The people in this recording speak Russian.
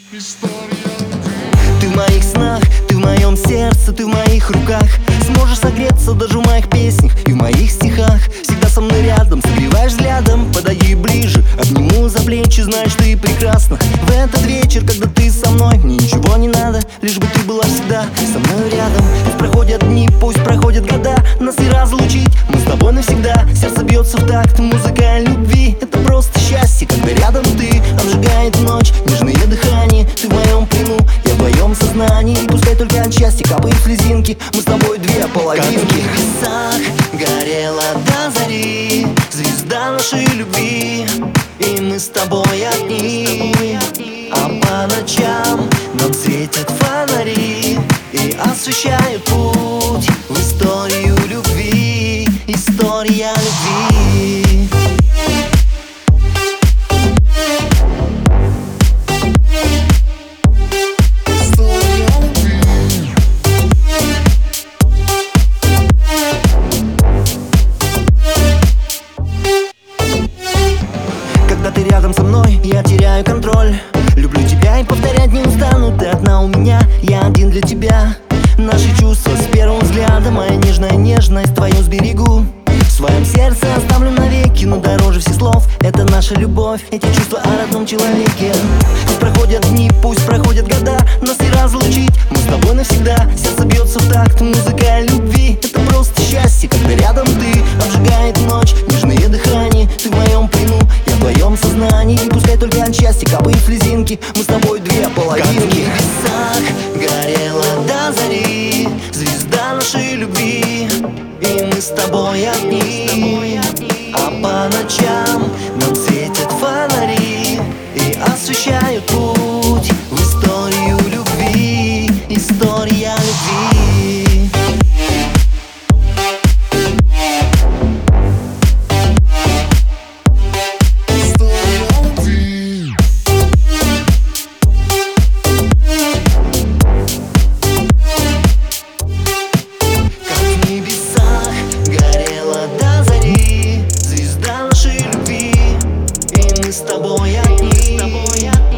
Ты в моих снах, ты в моем сердце, ты в моих руках. Сможешь согреться даже в моих песнях и в моих стихах. Всегда со мной рядом, согреваешь взглядом. Подойди ближе, обниму за плечи. Знаешь, ты прекрасна в этот вечер, когда ты со мной. Мне ничего не надо, лишь бы ты была всегда со мной рядом. Пусть проходят дни, пусть проходят года, нас не разлучить, мы с тобой навсегда. Сердце бьется в такт, музыка любви. Это просто счастье, когда рядом ты. Обжигает ночь, нежное дыхание. Ты в моем плену, я в твоем сознании. И пускай только от счастья капают слезинки, мы с тобой две половинки. Как в небесах горела до зари звезда нашей любви, и мы с тобой одни. А по ночам нам светят фонари и освещают путь в историю любви. История любви. Когда ты рядом со мной, я теряю контроль. Люблю тебя и повторять не устану. Ты одна у меня, я один для тебя. Наши чувства с первого взгляда, моя нежная нежность твою сберегу. В своем сердце оставлю навеки, но дороже всех слов это наша любовь, эти чувства о родном человеке. Пусть проходят дни, пусть проходят года, нас не разлучить, мы с тобой навсегда. Сердце бьется в такт, музыка любви. Это просто счастье, когда рядом ты. Обжигает ночь, нежное дыхание. Ты в моем плену, я в твоем сознании. И пускай только от счастья капают слезинки, мы с тобой две половинки. Как в небесах горела до зари звезда нашей любви, и мы с тобой одни. А по ночам нам светят фонари и освещают путь в историю любви. История любви. С тобой одни.